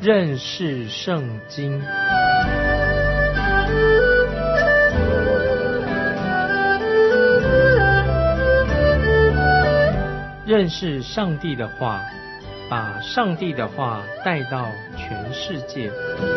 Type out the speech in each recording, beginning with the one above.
认识圣经。认识上帝的话，把上帝的话带到全世界。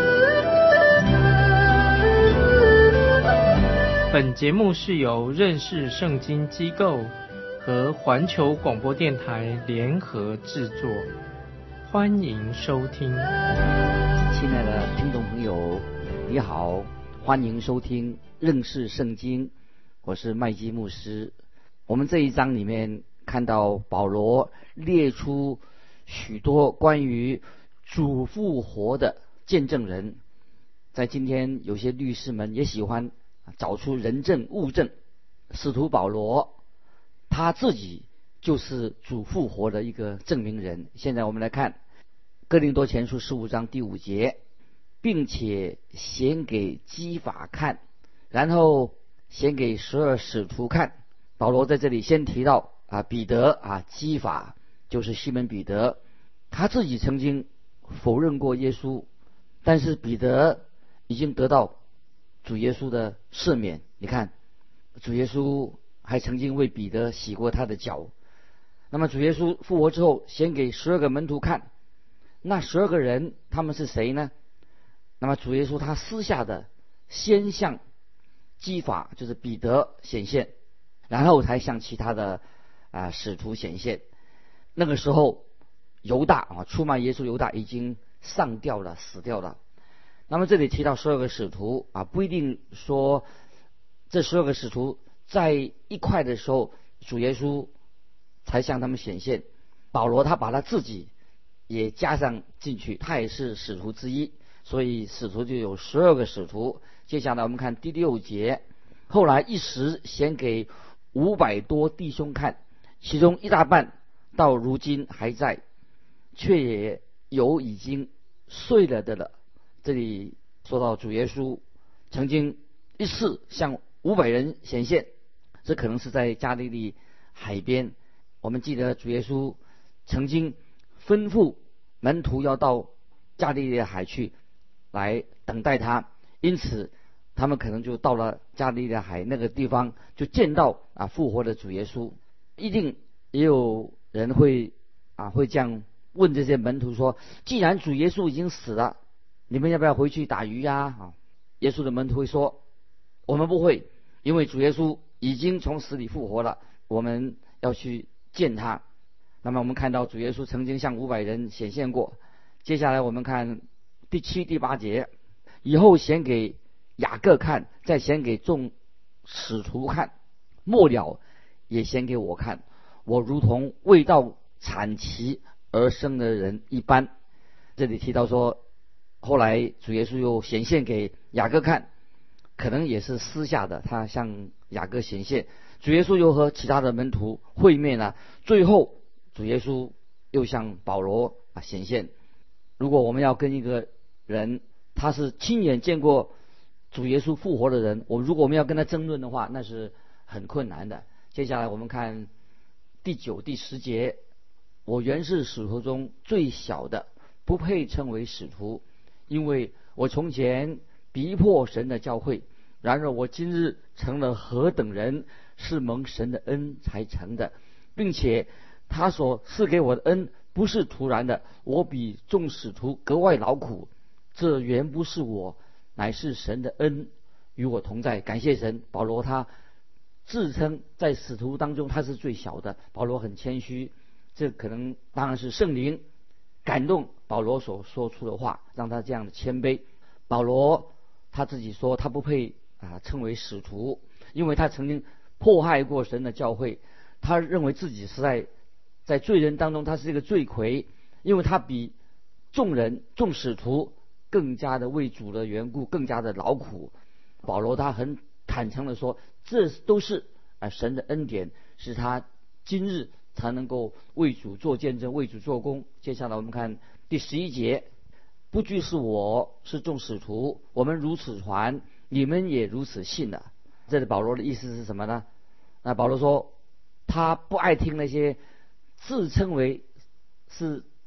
本节目是由认识圣经机构和环球广播电台联合制作，欢迎收听。 亲爱的听众朋友，你好，欢迎收听认识圣经，我是麦基牧师。我们这一章里面看到保罗列出许多关于主复活的见证人。在今天有些律师们也喜欢找出人证物证，使徒保罗他自己就是主复活的一个证明人。现在我们来看哥林多前书15章第5节，并且显给基法看，然后显给12使徒看。保罗在这里先提到彼得基法就是西门彼得，他自己曾经否认过耶稣，但是彼得已经得到主耶稣的赦免。你看，主耶稣还曾经为彼得洗过他的脚。那么主耶稣复活之后显给12个门徒看，那12个人他们是谁呢？那么主耶稣他私下的先向基法就是彼得显现，然后才向其他的使徒显现。那个时候犹大出卖耶稣犹大已经上吊了，死掉了。那么这里提到12个使徒不一定说这12个使徒在一块的时候主耶稣才向他们显现，保罗他把他自己也加上进去，他也是使徒之一，所以使徒就有12个使徒。接下来我们看第6节，后来一时显给500多弟兄看，其中一大半到如今还在，却也有已经睡了的了。这里说到主耶稣曾经一次向500人显现，这可能是在加利利海边。我们记得主耶稣曾经吩咐门徒要到加利利的海去来等待他，因此他们可能就到了加利利的海那个地方，就见到复活的主耶稣。一定也有人会这样问这些门徒说，既然主耶稣已经死了，你们要不要回去打鱼呀？耶稣的门徒会说，我们不会，因为主耶稣已经从死里复活了，我们要去见他。那么我们看到主耶稣曾经向500人显现过。接下来我们看第7、第8节，以后显给雅各看，再显给众使徒看，末了也显给我看，我如同未到产期而生的人一般。这里提到说，后来主耶稣又显现给雅各看，可能也是私下的，他向雅各显现。主耶稣又和其他的门徒会面了，最后主耶稣又向保罗显现。如果我们要跟一个人他是亲眼见过主耶稣复活的人，如果我们要跟他争论的话，那是很困难的。接下来我们看第9、第10节，我原是使徒中最小的，不配称为使徒，因为我从前逼迫神的教会，然而我今日成了何等人，是蒙神的恩才成的，并且他所赐给我的恩不是突然的，我比众使徒格外劳苦，这原不是我，乃是神的恩与我同在。感谢神，保罗他自称在使徒当中他是最小的，保罗很谦虚，这可能当然是圣灵感动保罗所说出的话，让他这样的谦卑。保罗他自己说他不配称为使徒，因为他曾经迫害过神的教会，他认为自己是在罪人当中他是一个罪魁，因为他比众使徒更加的为主的缘故更加的劳苦。保罗他很坦诚的说，这都是神的恩典，使他今日才能够为主做见证，为主做工。接下来我们看第11节，不拘是我，是众使徒，我们如此传，你们也如此信了。这里保罗的意思是什么呢？保罗说他不爱听那些自称为是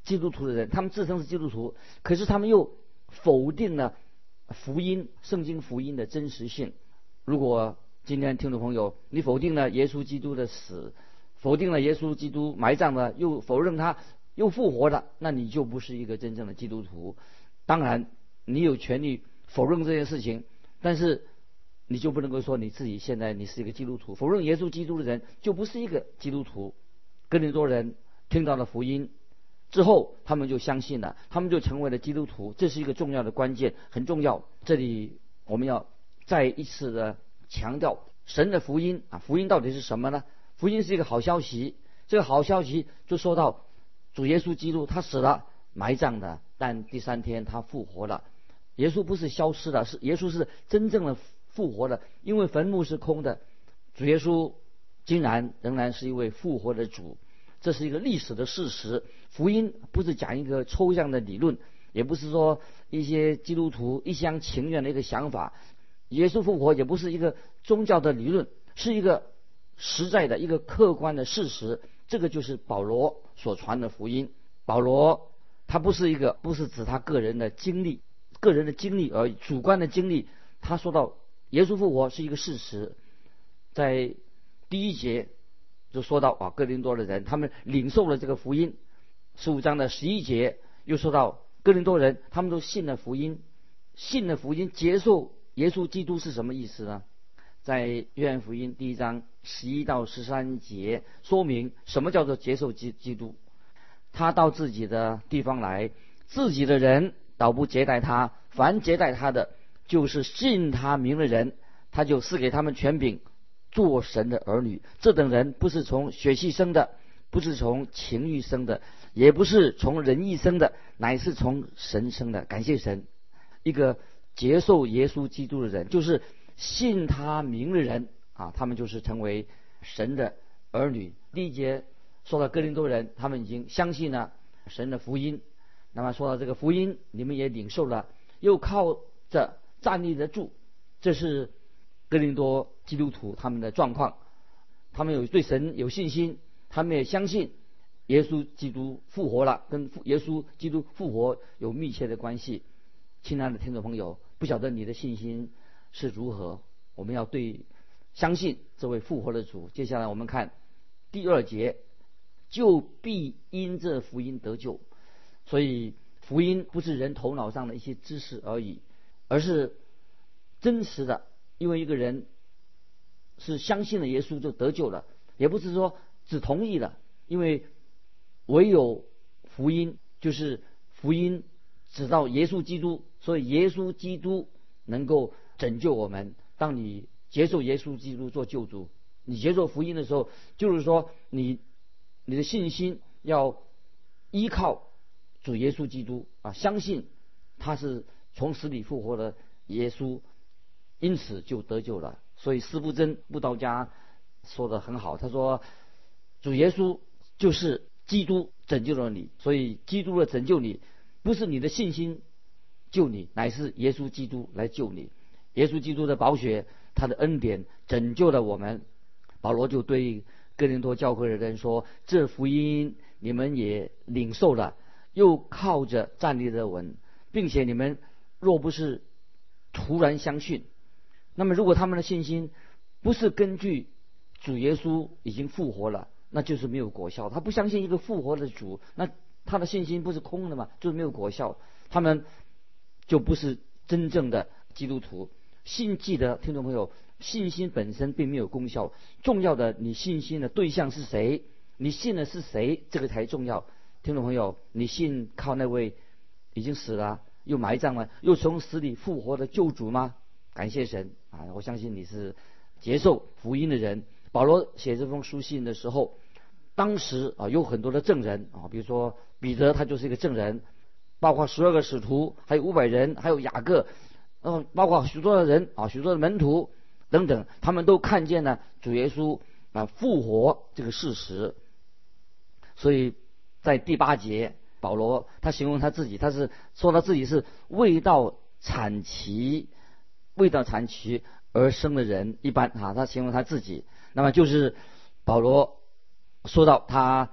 基督徒的人，他们自称是基督徒，可是他们又否定了福音，圣经福音的真实性。如果今天听众朋友，你否定了耶稣基督的死，否定了耶稣基督埋葬了，又否认他又复活了，那你就不是一个真正的基督徒。当然你有权利否认这件事情，但是你就不能够说你自己现在你是一个基督徒。否认耶稣基督的人就不是一个基督徒。哥林多人听到了福音之后，他们就相信了，他们就成为了基督徒。这是一个重要的关键，很重要。这里我们要再一次的强调神的福音啊，福音到底是什么呢？福音是一个好消息。这个好消息就说到主耶稣基督他死了，埋葬的，但第3天他复活了。耶稣不是消失了，是耶稣是真正的复活的，因为坟墓是空的，主耶稣竟然仍然是一位复活的主，这是一个历史的事实。福音不是讲一个抽象的理论，也不是说一些基督徒一厢情愿的一个想法。耶稣复活也不是一个宗教的理论，是一个实在的一个客观的事实。这个就是保罗所传的福音。保罗他不是指他个人的经历而已，主观的经历。他说到耶稣复活是一个事实，在第1节就说到哥林多的人他们领受了这个福音。15章的11节又说到哥林多人他们都信了福音，接受耶稣基督是什么意思呢？在约翰福音第1章11到13节说明什么叫做接受基督。他到自己的地方来，自己的人倒不接待他，凡接待他的，就是信他名的人，他就赐给他们权柄，做神的儿女。这等人不是从血气生的，不是从情欲生的，也不是从人意生的，乃是从神生的。感谢神，一个接受耶稣基督的人，就是信他名的人啊，他们就是成为神的儿女。第1节说到哥林多人，他们已经相信了神的福音。那么说到这个福音，你们也领受了，又靠着站立得住。这是哥林多基督徒他们的状况。他们对神有信心，他们也相信耶稣基督复活了，跟耶稣基督复活有密切的关系。亲爱的听众朋友，不晓得你的信心是如何？我们要相信这位复活的主。接下来我们看第2节，就必因这福音得救。所以福音不是人头脑上的一些知识而已，而是真实的。因为一个人是相信了耶稣就得救了，也不是说只同意了，因为唯有福音，就是福音指到耶稣基督，所以耶稣基督能够拯救我们。当你接受耶稣基督做救主，你接受福音的时候，就是说你的信心要依靠主耶稣基督啊，相信他是从死里复活的耶稣，因此就得救了。所以司布真布道家说得很好，他说主耶稣就是基督拯救了你，所以基督的拯救你不是你的信心救你，乃是耶稣基督来救你。耶稣基督的宝血，他的恩典拯救了我们。保罗就对哥林多教会的人说，这福音你们也领受了，又靠着站立得稳，并且你们若不是突然相信，那么如果他们的信心不是根据主耶稣已经复活了，那就是没有果效。他不相信一个复活的主，那他的信心不是空的吗？就是没有果效，他们就不是真正的基督徒。记得听众朋友，信心本身并没有功效，重要的你信心的对象是谁，你信的是谁，这个才重要。听众朋友，你信靠那位已经死了又埋葬了又从死里复活的救主吗？感谢神啊！我相信你是接受福音的人。保罗写这封书信的时候，当时有很多的证人啊，比如说彼得他就是一个证人，包括12个使徒，还有500人，还有雅各，包括许多的人啊，许多的门徒等等，他们都看见了主耶稣复活这个事实。所以在第8节，保罗他形容他自己，他是说他自己是未到产期而生的人一般他形容他自己。那么就是保罗说到他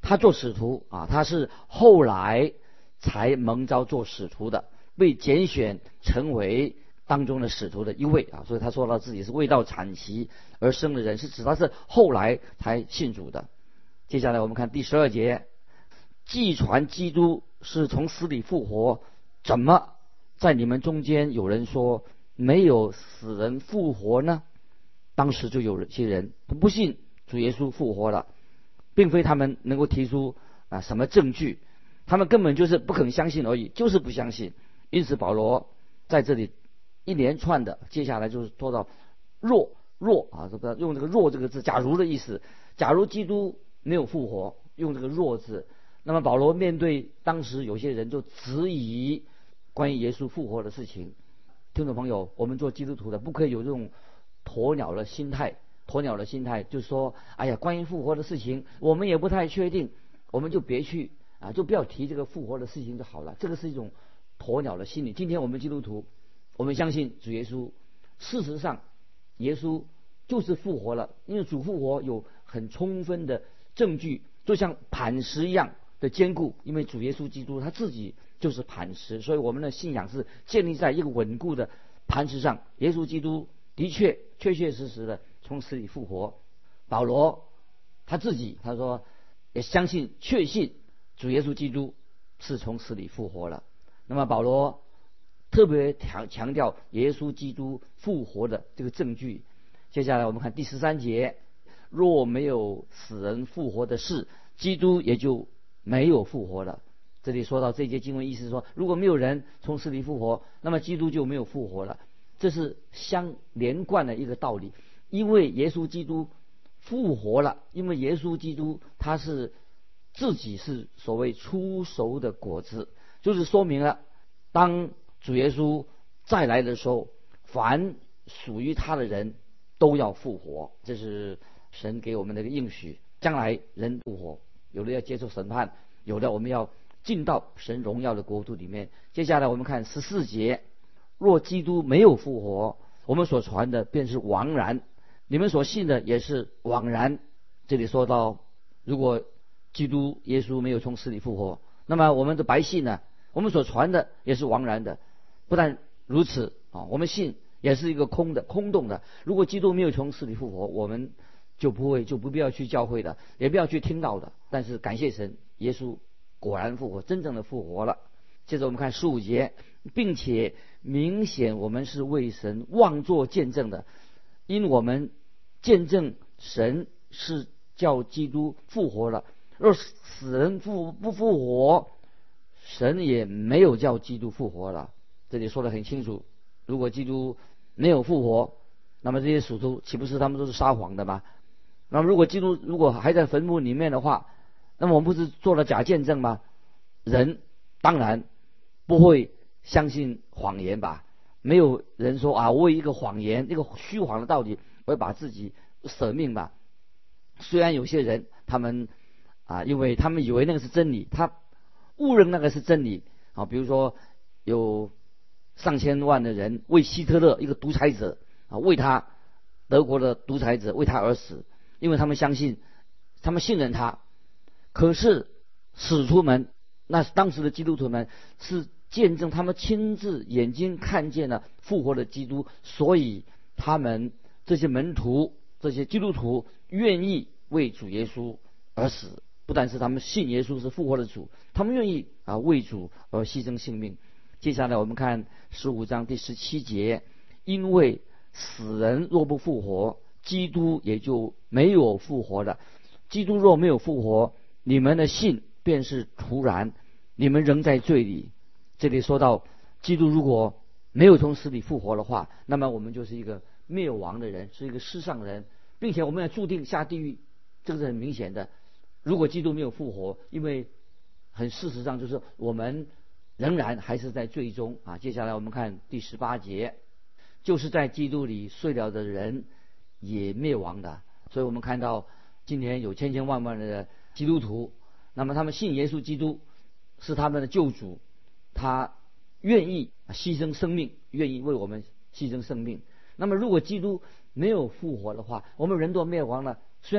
他做使徒啊，他是后来才蒙召做使徒的，被拣选成为当中的使徒的一位啊。所以他说到自己是未到产期而生的人，是指他是后来才信主的。接下来我们看第12节，既传基督是从死里复活，怎么在你们中间有人说没有死人复活呢？当时就有些人他不信主耶稣复活了，并非他们能够提出什么证据，他们根本就是不肯相信而已，就是不相信。因此保罗在这里一连串的，接下来就是说到若啊，这个用这个若这个字，假如的意思，假如基督没有复活，用这个若字。那么保罗面对当时有些人就质疑关于耶稣复活的事情。听众朋友，我们做基督徒的不可以有这种鸵鸟的心态，就是说，哎呀，关于复活的事情我们也不太确定，我们就别去就不要提这个复活的事情就好了。这个是一种鸵鸟的心理。今天我们基督徒，我们相信主耶稣，事实上耶稣就是复活了，因为主复活有很充分的证据，就像磐石一样的坚固，因为主耶稣基督他自己就是磐石，所以我们的信仰是建立在一个稳固的磐石上。耶稣基督的确确实的从死里复活。保罗他自己他说也相信确信主耶稣基督是从死里复活了。那么保罗特别强调耶稣基督复活的这个证据。接下来我们看第13节，若没有死人复活的事，基督也就没有复活了。这里说到这节经文意思说，如果没有人从死里复活，那么基督就没有复活了。这是相连贯的一个道理。因为耶稣基督复活了，因为耶稣基督他是自己是所谓出熟的果子，就是说明了当主耶稣再来的时候，凡属于他的人都要复活。这是神给我们的一个应许，将来人复活，有的要接受审判，有的我们要进到神荣耀的国度里面。接下来我们看14节，若基督没有复活，我们所传的便是枉然，你们所信的也是枉然。这里说到，如果基督耶稣没有从死里复活，那么我们的白信呢，我们所传的也是枉然的。不但如此我们信也是一个空洞的。如果基督没有从死里复活，我们就不必要去教会的，也不要去听到的。但是感谢神，耶稣果然复活，真正的复活了。接着我们看15节，并且明显我们是为神妄作见证的，因我们见证神是叫基督复活了。若死人不复活，神也没有叫基督复活了。这里说得很清楚，如果基督没有复活，那么这些属徒岂不是他们都是撒谎的吗？那么如果基督如果还在坟墓里面的话，那么我们不是做了假见证吗？人当然不会相信谎言吧？没有人说为一个谎言，一个虚谎的道理，我会把自己舍命吧？虽然有些人他们因为他们以为那个是真理，他误认那个是真理比如说有上千万的人为希特勒一个独裁者为他德国的独裁者为他而死，因为他们相信，他们信任他。可是使徒们，那当时的基督徒们是见证他们亲自眼睛看见了复活的基督，所以他们这些门徒这些基督徒愿意为主耶稣而死。不但是他们信耶稣是复活的主，他们愿意为主而牺牲性命。接下来我们看15章第17节，因为死人若不复活，基督也就没有复活了。基督若没有复活，你们的信便是徒然，你们仍在罪里。这里说到基督如果没有从死里复活的话，那么我们就是一个灭亡的人，是一个世上人，并且我们要注定下地狱，这个是很明显的。如果基督没有复活，因为事实上就是我们仍然还是在罪中接下来我们看第18节，就是在基督里睡了的人也灭亡的。所以我们看到今天有千千万万的基督徒，那么他们信耶稣基督是他们的救主，他愿意牺牲生命，愿意为我们牺牲生命。那么如果基督没有复活的话，我们人都灭亡了。虽然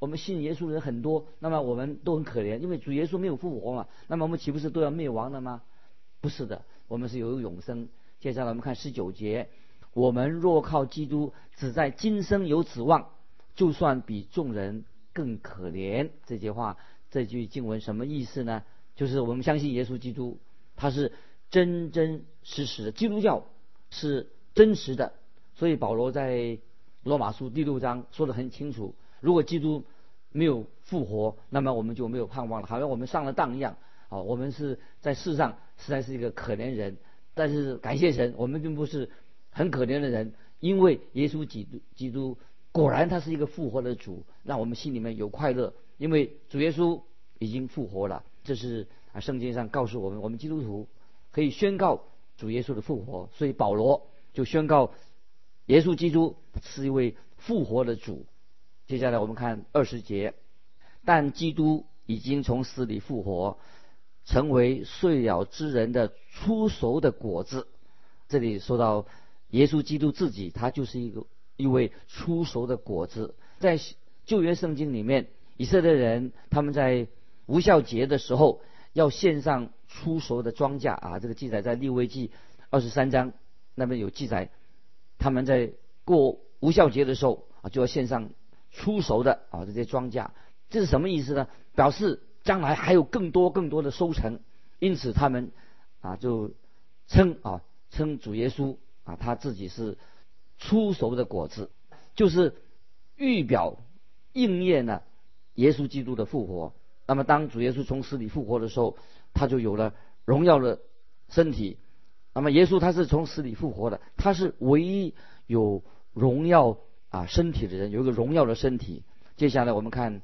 我们信耶稣的人很多，那么我们都很可怜，因为主耶稣没有复活嘛，那么我们岂不是都要灭亡了吗？不是的，我们是有永生。接下来我们看19节，我们若靠基督只在今生有指望，就算比众人更可怜。这句话，这句经文什么意思呢？就是我们相信耶稣基督，他是真真实实的，基督教是真实的。所以保罗在罗马书第6章说得很清楚，如果基督没有复活，那么我们就没有盼望了，好像我们上了当一样。我们是在世上实在是一个可怜人，但是感谢神，我们并不是很可怜的人，因为耶稣基督果然他是一个复活的主，让我们心里面有快乐，因为主耶稣已经复活了。这是圣经上告诉我们，我们基督徒可以宣告主耶稣的复活，所以保罗就宣告耶稣基督是一位复活的主。接下来我们看20节，但基督已经从死里复活，成为睡了之人的初熟的果子。这里说到耶稣基督自己，他就是一位初熟的果子。在旧约圣经里面，以色列人他们在无酵节的时候要献上初熟的庄稼这个记载在利未记23章那边有记载，他们在过无酵节的时候就要献上初熟的这些庄稼。这是什么意思呢？表示将来还有更多的收成，因此他们就称主耶稣他自己是初熟的果子，就是预表应验了耶稣基督的复活。那么当主耶稣从死里复活的时候，他就有了荣耀的身体。那么耶稣他是从死里复活的，他是唯一有荣耀身体的人，有一个荣耀的身体。接下来我们看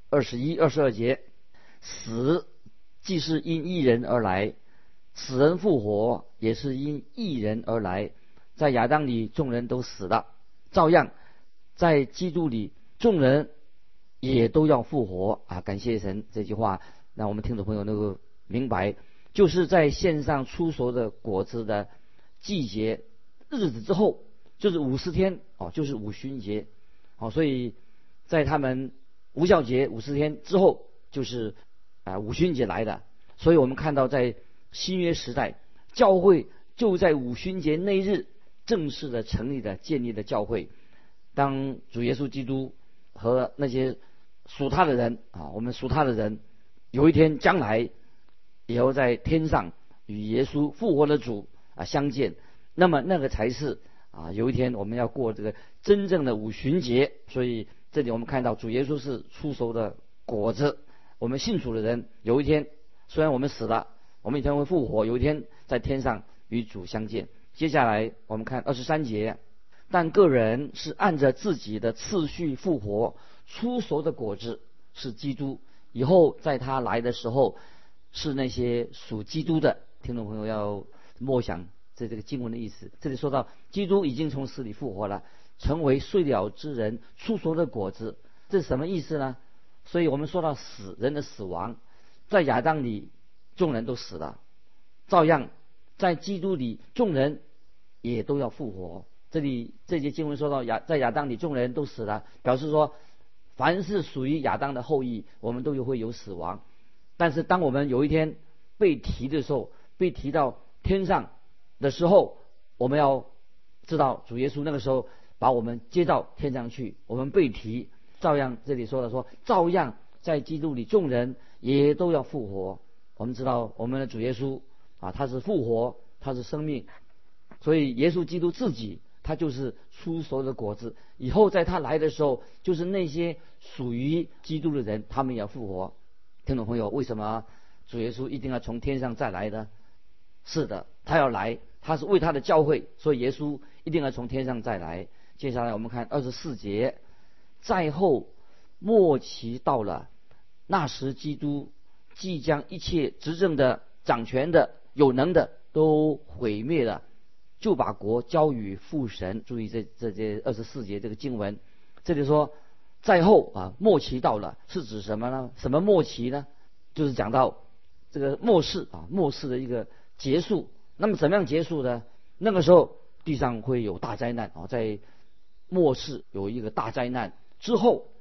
21、22节，死既是因一人而来，死人复活也是因一人而来。在亚当里众人都死了，照样在基督里众人也都要复活感谢神。这句话让我们听众朋友能够明白，就是在献上初熟的果子的季节日子之后，就是50天就是五旬节所以在他们无酵节50天之后，就是五旬节来的。所以我们看到在新约时代，教会就在五旬节那日正式的成立的建立的教会。当主耶稣基督和那些属他的人我们属他的人有一天将来也要在天上与耶稣复活的主相见，那么那个才是有一天我们要过这个真正的五旬节。所以这里我们看到主耶稣是初熟的果子，我们信主的人有一天虽然我们死了，我们一天会复活，有一天在天上与主相见。接下来我们看23节，但个人是按着自己的次序复活，初熟的果子是基督，以后在他来的时候是那些属基督的。听众朋友要默想这个经文的意思。这里说到基督已经从死里复活了，成为睡了之人初熟的果子，这是什么意思呢？所以我们说到人的死亡，在亚当里众人都死了，照样在基督里众人也都要复活。这里这节经文说到在亚当里众人都死了，表示说凡是属于亚当的后裔，我们都会有死亡。但是当我们有一天被提的时候，被提到天上的时候，我们要知道主耶稣那个时候把我们接到天上去，我们被提，照样这里说照样在基督里众人也都要复活。我们知道我们的主耶稣他是复活，他是生命，所以耶稣基督自己他就是初熟的果子，以后在他来的时候，就是那些属于基督的人，他们也要复活。听众朋友，为什么主耶稣一定要从天上再来呢？是的，他要来，他是为他的教会，所以耶稣一定要从天上再来。接下来我们看24节，在后末期到了，那时基督即将一切执政的、掌权的、有能的都毁灭了，就把国交与父神。注意这24节这个经文，这里说在后末期到了，是指什么呢？什么末期呢？就是讲到这个末世末世的一个结束。那么怎么样结束呢？那个时候地上会有大灾难在末世有一个大灾难之后，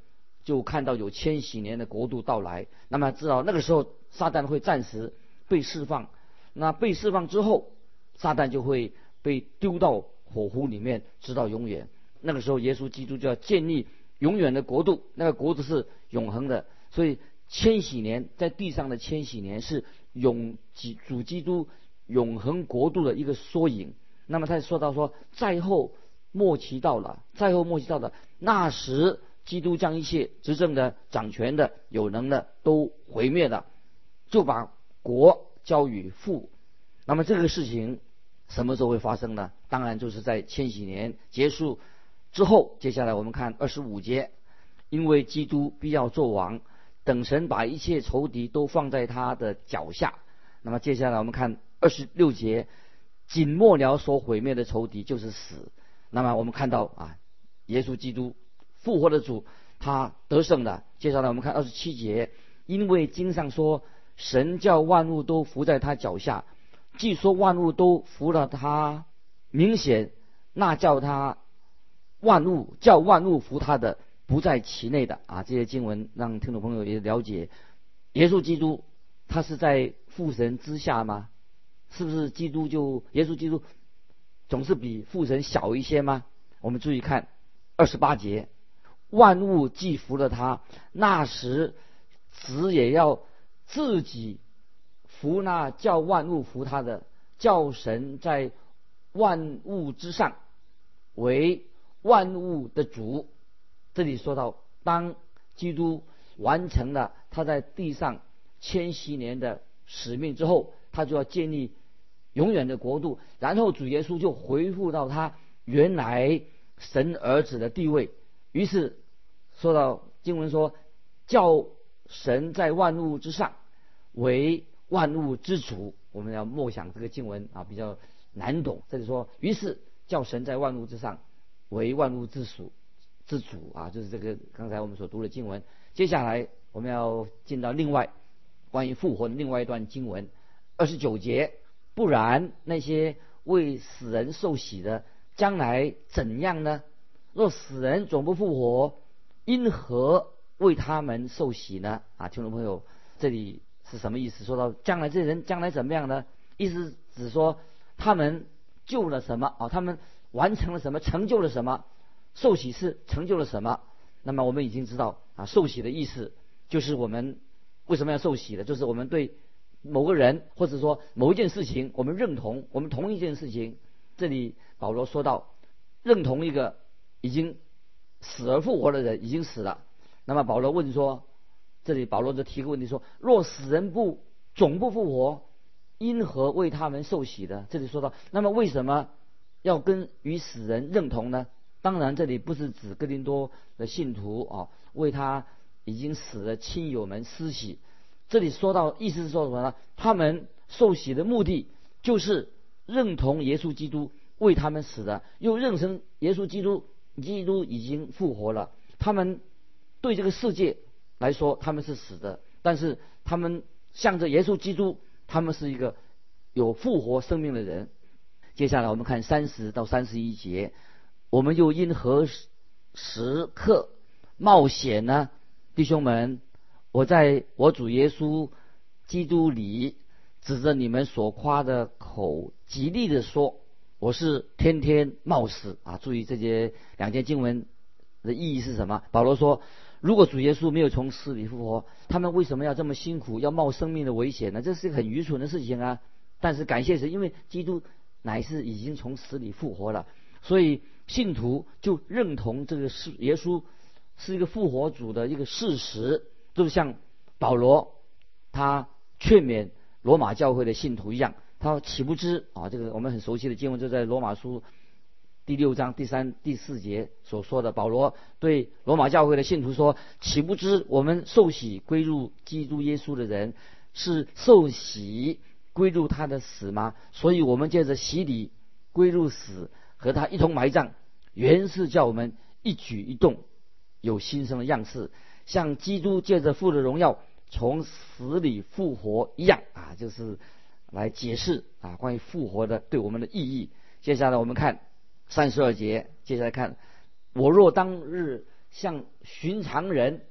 就看到有千禧年的国度到来。那么知道那个时候撒旦会暂时被释放，那被释放之后，撒旦就会被丢到火湖里面，直到永远。那个时候耶稣基督就要建立永远的国度，那个国度是永恒的。所以千禧年在地上的千禧年是主基督永恒国度的一个缩影。那么他说到说，再后末期到了，那时基督将一切执政的、掌权的、有能的都毁灭了，就把国交与父。那么这个事情什么时候会发生呢？当然就是在千禧年结束之后。接下来我们看25节，因为基督必要做王，等神把一切仇敌都放在他的脚下。那么接下来我们看26节，紧末了所毁灭的仇敌就是死。那么我们看到耶稣基督复活的主，他得胜了。接下来我们看27节，因为经上说，神叫万物都伏在他脚下。既说万物都服了他，明显那叫万物服他的不在其内的这些经文让听众朋友也了解，耶稣基督他是在父神之下吗？是不是耶稣基督总是比父神小一些吗？我们注意看28节，万物既服了他，那时子也要自己服那叫万物服他的，叫神在万物之上为万物的主。这里说到，当基督完成了他在地上千禧年的使命之后，他就要建立永远的国度，然后主耶稣就恢复到他原来神儿子的地位。于是说到经文说，叫神在万物之上为万物之主。我们要默想这个经文比较难懂。这里说，于是叫神在万物之上为万物之主就是这个刚才我们所读的经文。接下来我们要进到另外关于复活的另外一段经文29节，不然那些为死人受洗的将来怎样呢？若死人总不复活，因何为他们受洗呢？听众朋友，这里是什么意思？说到将来这些人将来怎么样呢？意思只说他们救了什么他们完成了什么，成就了什么。受洗是成就了什么？那么我们已经知道受洗的意思就是我们为什么要受洗的，就是我们对某个人或者说某一件事情我们认同，我们同一件事情。这里保罗说到认同一个已经死而复活的人，已经死了。那么保罗问说，这里保罗就提个问题说，若死人总不复活，因何为他们受洗的？这里说到，那么为什么要与死人认同呢？当然这里不是指哥林多的信徒为他已经死的亲友们施洗。这里说到意思是说什么呢？他们受洗的目的就是认同耶稣基督为他们死的，又认成耶稣基督已经复活了。他们对这个世界来说他们是死的，但是他们向着耶稣基督，他们是一个有复活生命的人。接下来我们看30到31节，我们又因何时刻冒险呢？弟兄们，我在我主耶稣基督里指着你们所夸的口极力的说，我是天天冒死注意这些两节经文的意义是什么？保罗说，如果主耶稣没有从死里复活，他们为什么要这么辛苦，要冒生命的危险呢？这是一个很愚蠢的事情但是感谢神，因为基督乃是已经从死里复活了，所以信徒就认同这个耶稣是一个复活主的一个事实。就像保罗他劝勉罗马教会的信徒一样，他岂不知这个我们很熟悉的经文就在罗马书第6章第3、第4节所说的。保罗对罗马教会的信徒说，岂不知我们受洗归入基督耶稣的人是受洗归入他的死吗？所以我们借着洗礼归入死，和他一同埋葬，原是叫我们一举一动有新生的样式，像基督借着父的荣耀从死里复活一样就是来解释关于复活的对我们的意义。接下来我们看32节，接下来看，我若当日像寻常人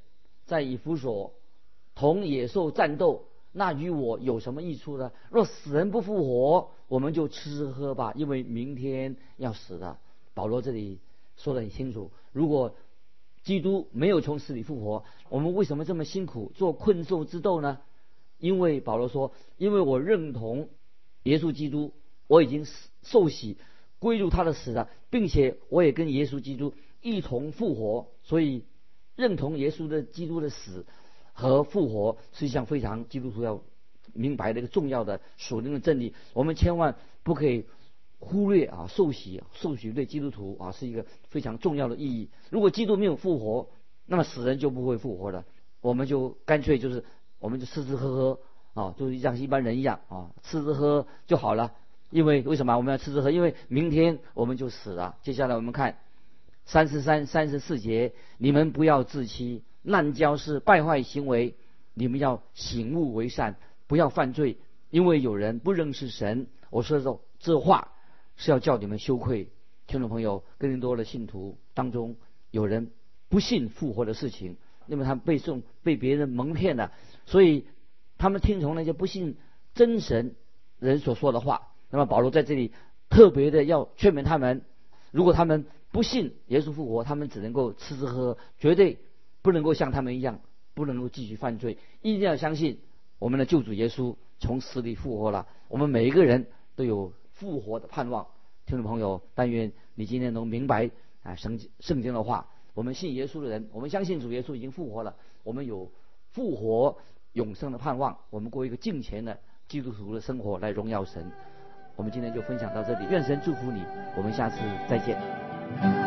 在以弗所同野兽战斗，那与我有什么益处呢？若死人不复活，我们就吃喝吧，因为明天要死的。保罗这里说得很清楚，如果基督没有从死里复活，我们为什么这么辛苦做困兽之斗呢？因为保罗说，因为我认同耶稣基督，我已经受洗归入他的死了，并且我也跟耶稣基督一同复活，所以认同耶稣的基督的死和复活是一项非常基督徒要明白的一个重要的属灵的真理。我们千万不可以忽略受洗对基督徒是一个非常重要的意义。如果基督没有复活，那么死人就不会复活了。我们就干脆我们就吃吃喝喝就是像一般人一样吃吃喝就好了。因为为什么我们要吃吃喝？因为明天我们就死了。接下来我们看33、34节，你们不要自欺，滥交是败坏行为，你们要醒悟为善，不要犯罪，因为有人不认识神。我说这话是要叫你们羞愧。听众朋友，哥林多的信徒当中有人不信复活的事情，因为他们被别人蒙骗了，所以他们听从那些不信真神人所说的话。那么保罗在这里特别的要劝勉他们，如果他们不信耶稣复活，他们只能够吃吃喝，绝对不能够像他们一样，不能够继续犯罪。一定要相信我们的救主耶稣从死里复活了，我们每一个人都有复活的盼望。听众朋友，但愿你今天能明白圣经的话。我们信耶稣的人，我们相信主耶稣已经复活了，我们有复活永生的盼望，我们过一个敬虔的基督徒的生活来荣耀神。我们今天就分享到这里，愿神祝福你，我们下次再见。